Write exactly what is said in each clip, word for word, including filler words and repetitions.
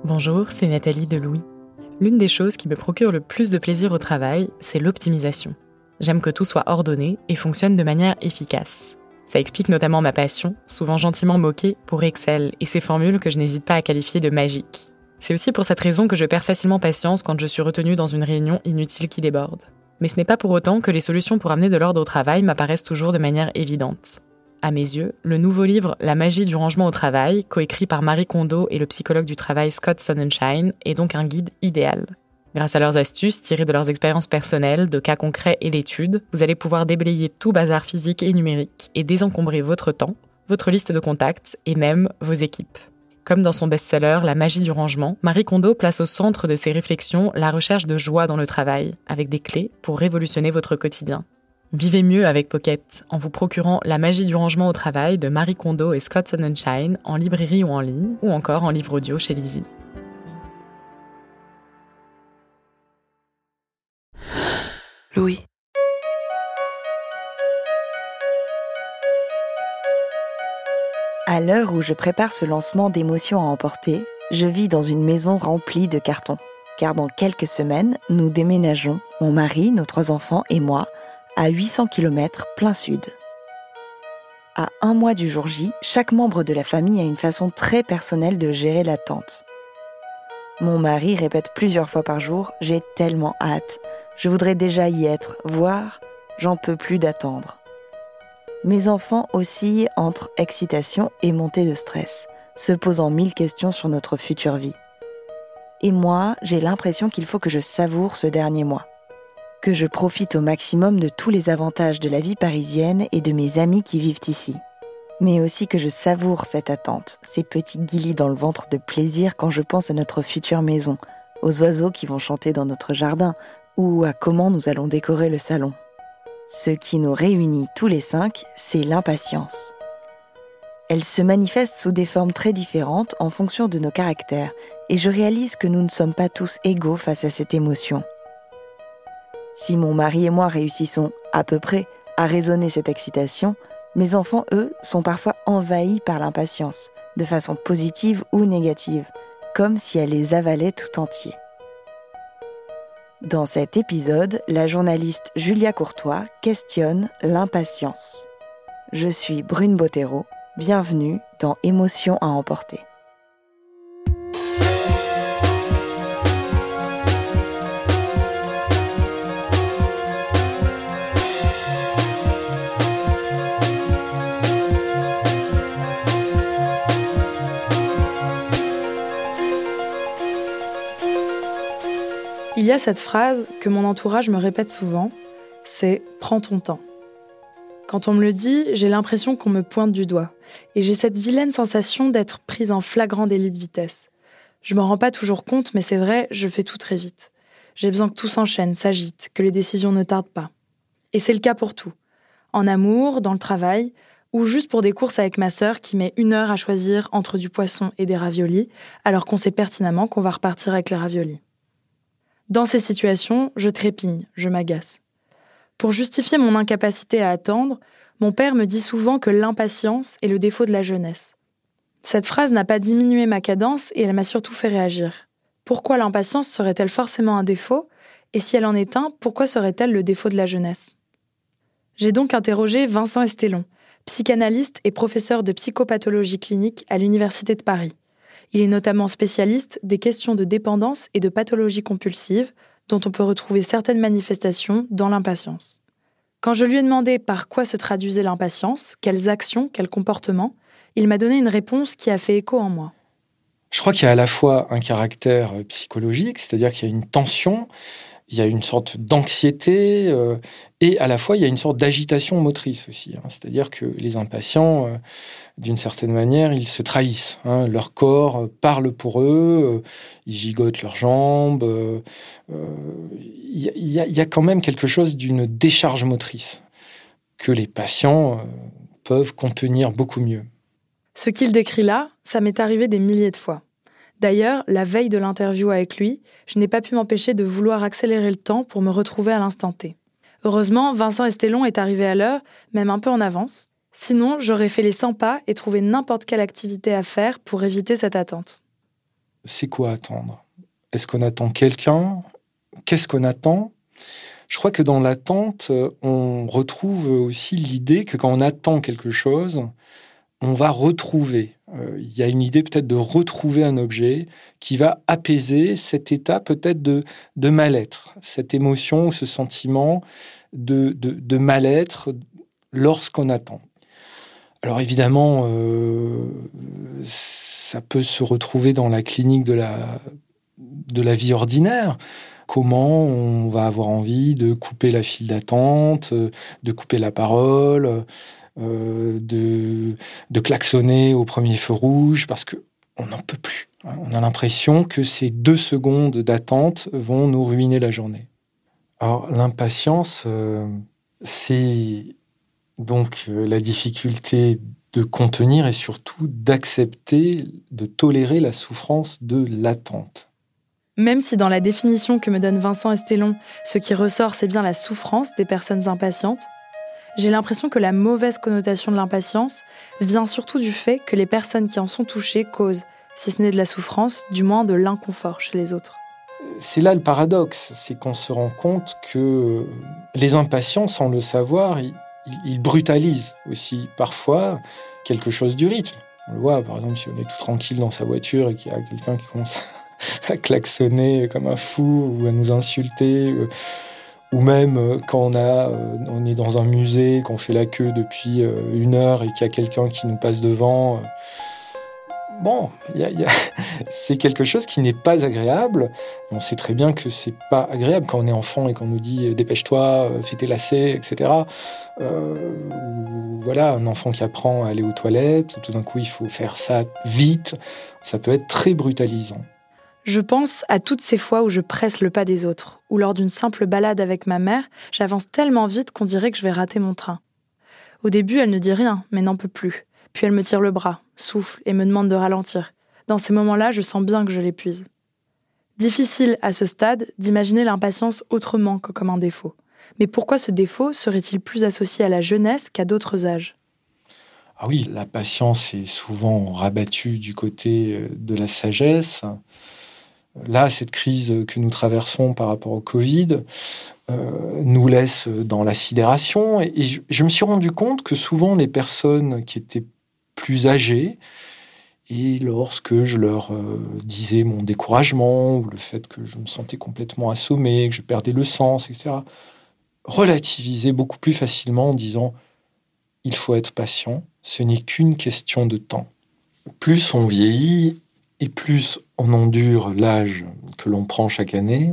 Bonjour, c'est Nathalie Delouis. L'une des choses qui me procure le plus de plaisir au travail, c'est l'optimisation. J'aime que tout soit ordonné et fonctionne de manière efficace. Ça explique notamment ma passion, souvent gentiment moquée, pour Excel et ses formules que je n'hésite pas à qualifier de magiques. C'est aussi pour cette raison que je perds facilement patience quand je suis retenue dans une réunion inutile qui déborde. Mais ce n'est pas pour autant que les solutions pour amener de l'ordre au travail m'apparaissent toujours de manière évidente. À mes yeux, le nouveau livre « La magie du rangement au travail », coécrit par Marie Kondo et le psychologue du travail Scott Sonnenschein, est donc un guide idéal. Grâce à leurs astuces tirées de leurs expériences personnelles, de cas concrets et d'études, vous allez pouvoir déblayer tout bazar physique et numérique et désencombrer votre temps, votre liste de contacts et même vos équipes. Comme dans son best-seller « La magie du rangement », Marie Kondo place au centre de ses réflexions la recherche de joie dans le travail, avec des clés pour révolutionner votre quotidien. Vivez mieux avec Pocket en vous procurant La magie du rangement au travail de Marie Kondo et Scott Sonnenschein en librairie ou en ligne, ou encore en livre audio chez Lizzy. Louis. À l'heure où je prépare ce lancement d'émotions à emporter, je vis dans une maison remplie de cartons. Car dans quelques semaines, nous déménageons, mon mari, nos trois enfants et moi, à huit cents kilomètres plein sud. À un mois du jour J, chaque membre de la famille a une façon très personnelle de gérer l'attente. Mon mari répète plusieurs fois par jour « J'ai tellement hâte, je voudrais déjà y être, voire j'en peux plus d'attendre ». Mes enfants oscillent entre excitation et montée de stress, se posant mille questions sur notre future vie. Et moi, j'ai l'impression qu'il faut que je savoure ce dernier mois. Que je profite au maximum de tous les avantages de la vie parisienne et de mes amis qui vivent ici. Mais aussi que je savoure cette attente, ces petits guilis dans le ventre de plaisir quand je pense à notre future maison, aux oiseaux qui vont chanter dans notre jardin ou à comment nous allons décorer le salon. Ce qui nous réunit tous les cinq, c'est l'impatience. Elle se manifeste sous des formes très différentes en fonction de nos caractères et je réalise que nous ne sommes pas tous égaux face à cette émotion. Si mon mari et moi réussissons, à peu près, à raisonner cette excitation, mes enfants, eux, sont parfois envahis par l'impatience, de façon positive ou négative, comme si elle les avalait tout entiers. Dans cet épisode, la journaliste Julia Courtois questionne l'impatience. Je suis Brune Bottero, bienvenue dans Émotions à emporter. Il y a cette phrase que mon entourage me répète souvent, c'est « prends ton temps ». Quand on me le dit, j'ai l'impression qu'on me pointe du doigt. Et j'ai cette vilaine sensation d'être prise en flagrant délit de vitesse. Je m'en rends pas toujours compte, mais c'est vrai, je fais tout très vite. J'ai besoin que tout s'enchaîne, s'agite, que les décisions ne tardent pas. Et c'est le cas pour tout. En amour, dans le travail, ou juste pour des courses avec ma sœur qui met une heure à choisir entre du poisson et des raviolis, alors qu'on sait pertinemment qu'on va repartir avec les raviolis. Dans ces situations, je trépigne, je m'agace. Pour justifier mon incapacité à attendre, mon père me dit souvent que l'impatience est le défaut de la jeunesse. Cette phrase n'a pas diminué ma cadence et elle m'a surtout fait réagir. Pourquoi l'impatience serait-elle forcément un défaut ? Et si elle en est un, pourquoi serait-elle le défaut de la jeunesse ? J'ai donc interrogé Vincent Estelon, psychanalyste et professeur de psychopathologie clinique à l'Université de Paris. Il est notamment spécialiste des questions de dépendance et de pathologie compulsive, dont on peut retrouver certaines manifestations dans l'impatience. Quand je lui ai demandé par quoi se traduisait l'impatience, quelles actions, quels comportements, il m'a donné une réponse qui a fait écho en moi. Je crois qu'il y a à la fois un caractère psychologique, c'est-à-dire qu'il y a une tension, il y a une sorte d'anxiété, euh, et à la fois il y a une sorte d'agitation motrice aussi. Hein, c'est-à-dire que les impatients, euh, d'une certaine manière, ils se trahissent. Hein, leur corps parle pour eux, euh, ils gigotent leurs jambes. Euh, euh, il y, y, y a quand même quelque chose d'une décharge motrice que les patients euh, peuvent contenir beaucoup mieux. Ce qu'il décrit là, ça m'est arrivé des milliers de fois. D'ailleurs, la veille de l'interview avec lui, je n'ai pas pu m'empêcher de vouloir accélérer le temps pour me retrouver à l'instant T. Heureusement, Vincent Estelon est arrivé à l'heure, même un peu en avance. Sinon, j'aurais fait les cent pas et trouvé n'importe quelle activité à faire pour éviter cette attente. c'est quoi attendre ? Est-ce qu'on attend quelqu'un ? Qu'est-ce qu'on attend ? Je crois que dans l'attente, on retrouve aussi l'idée que quand on attend quelque chose, on va retrouver. Euh, il y a une idée peut-être de retrouver un objet qui va apaiser cet état peut-être de, de mal-être, cette émotion ou ce sentiment de, de, de mal-être lorsqu'on attend. Alors évidemment, euh, ça peut se retrouver dans la clinique de la, de la vie ordinaire. Comment on va avoir envie de couper la file d'attente, de couper la parole, euh, de, de klaxonner au premier feu rouge, parce qu'on n'en peut plus. On a l'impression que ces deux secondes d'attente vont nous ruiner la journée. Alors l'impatience, euh, c'est donc euh, la difficulté de contenir et surtout d'accepter, de tolérer la souffrance de l'attente. Même si dans la définition que me donne Vincent Estelon, ce qui ressort, c'est bien la souffrance des personnes impatientes, j'ai l'impression que la mauvaise connotation de l'impatience vient surtout du fait que les personnes qui en sont touchées causent, si ce n'est de la souffrance, du moins de l'inconfort chez les autres. C'est là le paradoxe, c'est qu'on se rend compte que les impatients, sans le savoir, ils, ils brutalisent aussi parfois quelque chose du rythme. On le voit, par exemple, si on est tout tranquille dans sa voiture et qu'il y a quelqu'un qui commence à klaxonner comme un fou ou à nous insulter, euh, ou même euh, quand on, a, euh, on est dans un musée, qu'on fait la queue depuis euh, une heure et qu'il y a quelqu'un qui nous passe devant. Euh, bon, y a, y a c'est quelque chose qui n'est pas agréable. On sait très bien que c'est pas agréable quand on est enfant et qu'on nous dit « dépêche-toi, fais tes lacets, et cetera » euh, ou voilà, un enfant qui apprend à aller aux toilettes, tout d'un coup il faut faire ça vite. Ça peut être très brutalisant. Je pense à toutes ces fois où je presse le pas des autres, ou lors d'une simple balade avec ma mère, j'avance tellement vite qu'on dirait que je vais rater mon train. Au début, elle ne dit rien, mais n'en peut plus. Puis elle me tire le bras, souffle et me demande de ralentir. Dans ces moments-là, je sens bien que je l'épuise. Difficile, à ce stade, d'imaginer l'impatience autrement que comme un défaut. Mais pourquoi ce défaut serait-il plus associé à la jeunesse qu'à d'autres âges ? Ah oui, la patience est souvent rabattue du côté de la sagesse. Là, cette crise que nous traversons par rapport au Covid euh, nous laisse dans la sidération. Et, et je, je me suis rendu compte que souvent, les personnes qui étaient plus âgées, et lorsque je leur euh, disais mon découragement, ou le fait que je me sentais complètement assommé, que je perdais le sens, et cetera, relativisaient beaucoup plus facilement en disant « il faut être patient, ce n'est qu'une question de temps ». Plus on vieillit, et plus on endure l'âge que l'on prend chaque année,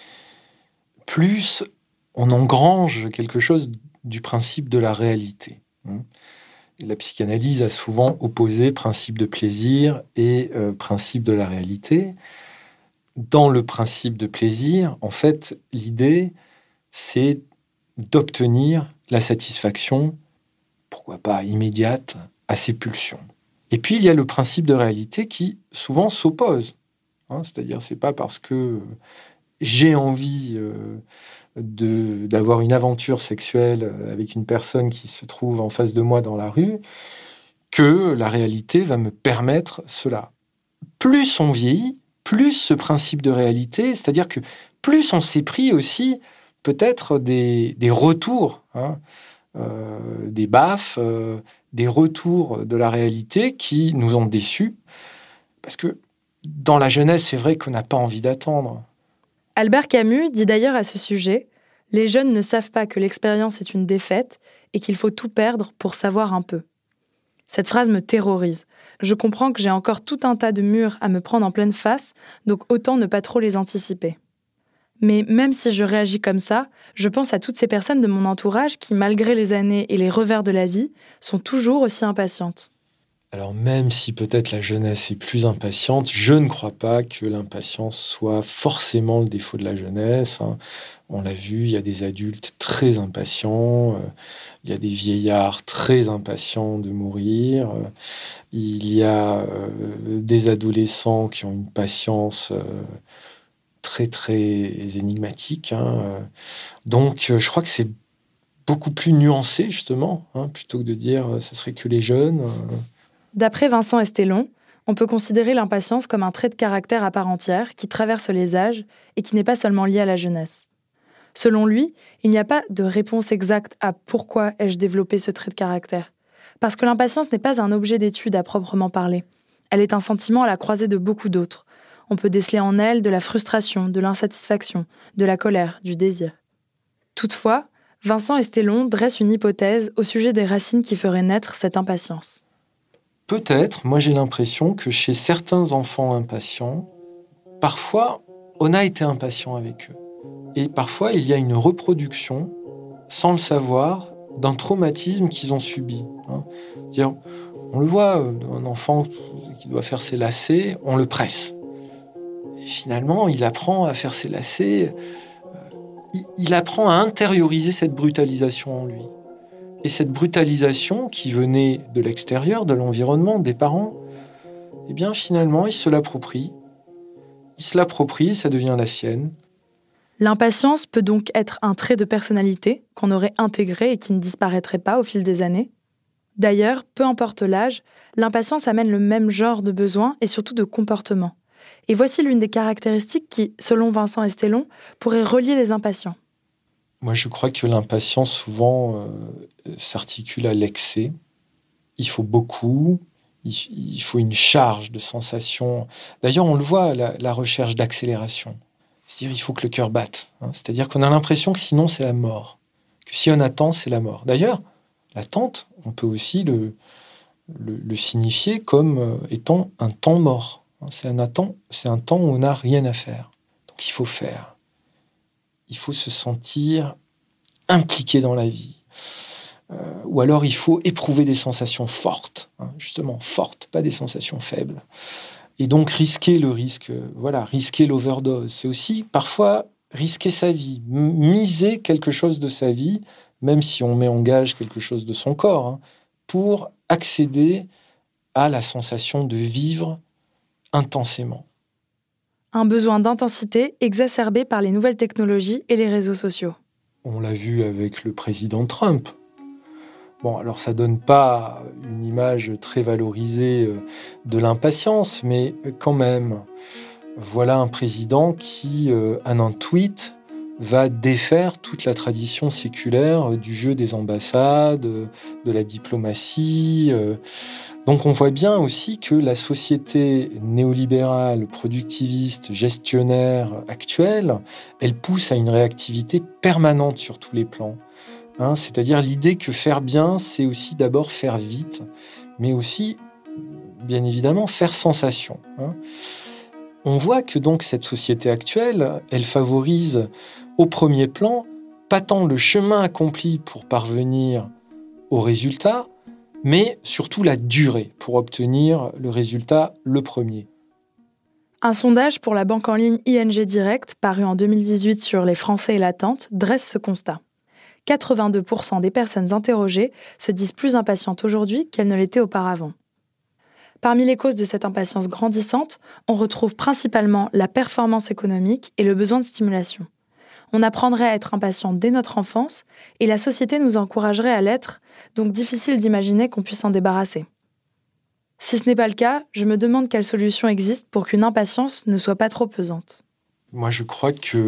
plus on engrange quelque chose du principe de la réalité. La psychanalyse a souvent opposé principe de plaisir et euh, principe de la réalité. Dans le principe de plaisir, en fait, l'idée, c'est d'obtenir la satisfaction, pourquoi pas immédiate, à ses pulsions. Et puis, il y a le principe de réalité qui, souvent, s'oppose. Hein, c'est-à-dire, c'est pas parce que j'ai envie euh, de, d'avoir une aventure sexuelle avec une personne qui se trouve en face de moi dans la rue que la réalité va me permettre cela. Plus on vieillit, plus ce principe de réalité, c'est-à-dire que plus on s'est pris aussi peut-être des, des retours, hein, euh, des baffes, euh, des retours de la réalité qui nous ont déçus. Parce que dans la jeunesse, c'est vrai qu'on n'a pas envie d'attendre. Albert Camus dit d'ailleurs à ce sujet « Les jeunes ne savent pas que l'expérience est une défaite et qu'il faut tout perdre pour savoir un peu. » Cette phrase me terrorise. Je comprends que j'ai encore tout un tas de murs à me prendre en pleine face, donc autant ne pas trop les anticiper. Mais même si je réagis comme ça, je pense à toutes ces personnes de mon entourage qui, malgré les années et les revers de la vie, sont toujours aussi impatientes. Alors même si peut-être la jeunesse est plus impatiente, je ne crois pas que l'impatience soit forcément le défaut de la jeunesse. Hein. On l'a vu, il y a des adultes très impatients, euh, il y a des vieillards très impatients de mourir, euh, il y a euh, des adolescents qui ont une patience euh, très très énigmatique. Hein. Donc je crois que c'est beaucoup plus nuancé justement, hein, plutôt que de dire euh, ça serait que les jeunes. Euh. D'après Vincent Estelon, On peut considérer l'impatience comme un trait de caractère à part entière qui traverse les âges et qui n'est pas seulement lié à la jeunesse. Selon lui, il n'y a pas de réponse exacte à pourquoi ai-je développé ce trait de caractère. Parce que l'impatience n'est pas un objet d'étude à proprement parler. Elle est un sentiment à la croisée de beaucoup d'autres. On peut déceler en elle de la frustration, de l'insatisfaction, de la colère, du désir. Toutefois, Vincent Estelon dresse une hypothèse au sujet des racines qui feraient naître cette impatience. Peut-être, moi j'ai l'impression que chez certains enfants impatients, parfois on a été impatient avec eux. Et parfois il y a une reproduction, sans le savoir, d'un traumatisme qu'ils ont subi. Hein. C'est-à-dire, on le voit, un enfant qui doit faire ses lacets, on le presse. Et finalement, il apprend à faire ses lacets, il, il apprend à intérioriser cette brutalisation en lui. Et cette brutalisation qui venait de l'extérieur, de l'environnement, des parents, eh bien finalement, il se l'approprie. Il se l'approprie, ça devient la sienne. L'impatience peut donc être un trait de personnalité qu'on aurait intégré et qui ne disparaîtrait pas au fil des années. D'ailleurs, peu importe l'âge, l'impatience amène le même genre de besoins et surtout de comportements. Et voici l'une des caractéristiques qui, selon Vincent Estelon, pourrait relier les impatients. Moi, je crois que l'impatience, souvent, euh, s'articule à l'excès. Il faut beaucoup, il, il faut une charge de sensations. D'ailleurs, on le voit, la, la recherche d'accélération. C'est-à-dire il faut que le cœur batte. Hein. C'est-à-dire qu'on a l'impression que sinon, c'est la mort. Que si on attend, c'est la mort. D'ailleurs, l'attente, on peut aussi le, le, le signifier comme étant un temps mort. C'est un, attend, c'est un temps où on n'a rien à faire. Donc, il faut faire. Il faut se sentir impliqué dans la vie. Euh, ou alors, il faut éprouver des sensations fortes, hein, justement fortes, pas des sensations faibles. Et donc, risquer le risque, voilà, risquer l'overdose. C'est aussi, parfois, risquer sa vie, miser quelque chose de sa vie, même si on met en gage quelque chose de son corps, hein, pour accéder à la sensation de vivre intensément. Un besoin d'intensité exacerbé par les nouvelles technologies et les réseaux sociaux. On l'a vu avec le président Trump. Bon, alors ça donne pas une image très valorisée de l'impatience, mais quand même, voilà un président qui, en un tweet, va défaire toute la tradition séculaire du jeu des ambassades, de la diplomatie. Donc on voit bien aussi que la société néolibérale, productiviste, gestionnaire actuelle, elle pousse à une réactivité permanente sur tous les plans. Hein, c'est-à-dire l'idée que faire bien, c'est aussi d'abord faire vite, mais aussi, bien évidemment, faire sensation. Hein. On voit que donc cette société actuelle, elle favorise au premier plan, pas tant le chemin accompli pour parvenir au résultat, mais surtout la durée pour obtenir le résultat le premier. Un sondage pour la banque en ligne I N G Direct, paru en deux mille dix-huit sur les Français et l'attente, dresse ce constat. quatre-vingt-deux pour cent des personnes interrogées se disent plus impatientes aujourd'hui qu'elles ne l'étaient auparavant. Parmi les causes de cette impatience grandissante, on retrouve principalement la performance économique et le besoin de stimulation. On apprendrait à être impatient dès notre enfance et la société nous encouragerait à l'être, donc difficile d'imaginer qu'on puisse s'en débarrasser. Si ce n'est pas le cas, je me demande quelle solution existe pour qu'une impatience ne soit pas trop pesante. Moi, je crois que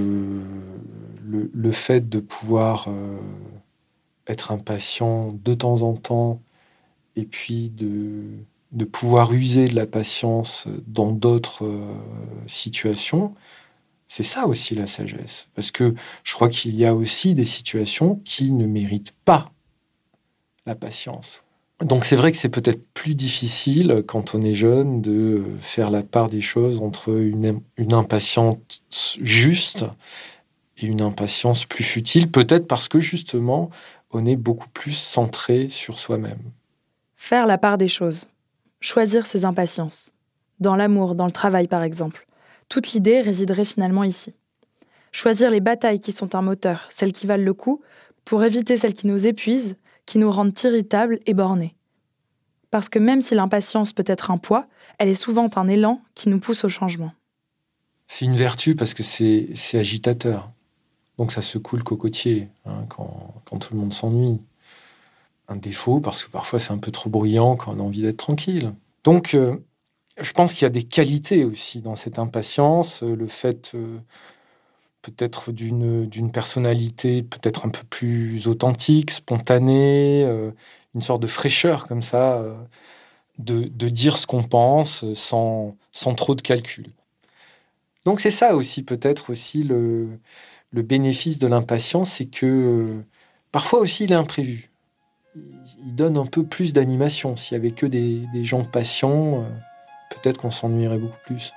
le, le fait de pouvoir euh, être impatient de temps en temps et puis de, de pouvoir user de la patience dans d'autres euh, situations, c'est ça aussi la sagesse. Parce que je crois qu'il y a aussi des situations qui ne méritent pas la patience. Donc c'est vrai que c'est peut-être plus difficile quand on est jeune de faire la part des choses entre une, une impatience juste et une impatience plus futile, peut-être parce que justement on est beaucoup plus centré sur soi-même. Faire la part des choses. Choisir ses impatiences. Dans l'amour, dans le travail par exemple. Toute l'idée résiderait finalement ici. Choisir les batailles qui sont un moteur, celles qui valent le coup, pour éviter celles qui nous épuisent, qui nous rendent irritables et bornés. Parce que même si l'impatience peut être un poids, elle est souvent un élan qui nous pousse au changement. C'est une vertu parce que c'est, c'est agitateur. Donc ça secoue le cocotier hein, quand, quand tout le monde s'ennuie. Un défaut parce que parfois c'est un peu trop bruyant quand on a envie d'être tranquille. Donc euh, Je pense qu'il y a des qualités aussi dans cette impatience, le fait euh, peut-être d'une, d'une personnalité peut-être un peu plus authentique, spontanée, euh, une sorte de fraîcheur comme ça, euh, de, de dire ce qu'on pense sans, sans trop de calcul. Donc c'est ça aussi peut-être aussi le, le bénéfice de l'impatience, c'est que euh, parfois aussi il est imprévu. Il donne un peu plus d'animation. S'il n'y avait que des, des gens patients, euh, peut-être qu'on s'ennuierait beaucoup plus.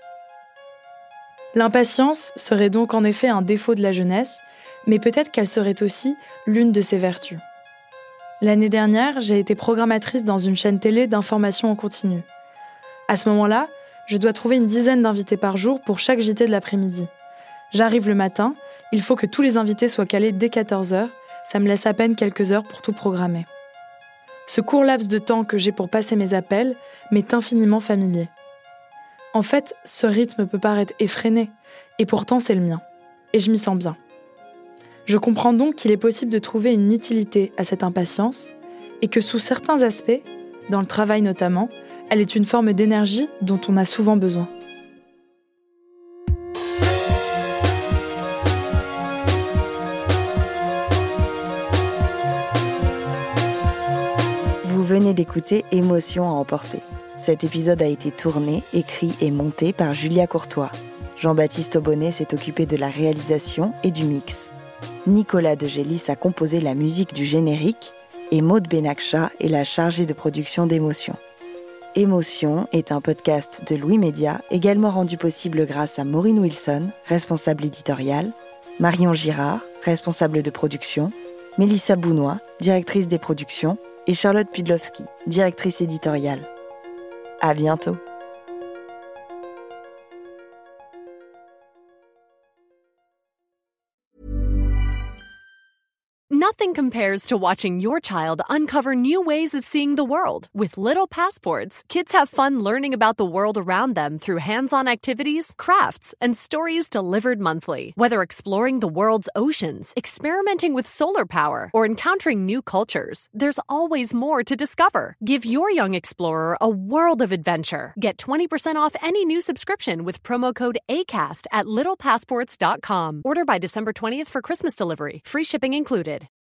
L'impatience serait donc en effet un défaut de la jeunesse, mais peut-être qu'elle serait aussi l'une de ses vertus. L'année dernière, j'ai été programmatrice dans une chaîne télé d'information en continu. À ce moment-là, je dois trouver une dizaine d'invités par jour pour chaque J T de l'après-midi. J'arrive le matin, il faut que tous les invités soient calés dès quatorze heures, ça me laisse à peine quelques heures pour tout programmer. Ce court laps de temps que j'ai pour passer mes appels m'est infiniment familier. En fait, ce rythme peut paraître effréné, et pourtant c'est le mien. Et je m'y sens bien. Je comprends donc qu'il est possible de trouver une utilité à cette impatience, et que sous certains aspects, dans le travail notamment, elle est une forme d'énergie dont on a souvent besoin. Vous venez d'écouter Émotion à emporter. Cet épisode a été tourné, écrit et monté par Julia Courtois. Jean-Baptiste Aubonnet s'est occupé de la réalisation et du mix. Nicolas de Gélis a composé la musique du générique et Maud Benakcha est la chargée de production d'Émotion. Émotion est un podcast de Louis Média, également rendu possible grâce à Maureen Wilson, responsable éditoriale, Marion Girard, responsable de production, Mélissa Bounois, directrice des productions, et Charlotte Pudlowski, directrice éditoriale. À bientôt. Nothing compares to watching your child uncover new ways of seeing the world. With Little Passports, kids have fun learning about the world around them through hands-on activities, crafts, and stories delivered monthly. Whether exploring the world's oceans, experimenting with solar power, or encountering new cultures, there's always more to discover. Give your young explorer a world of adventure. Get twenty percent off any new subscription with promo code ACAST at little passports dot com. Order by December twentieth for Christmas delivery. Free shipping included.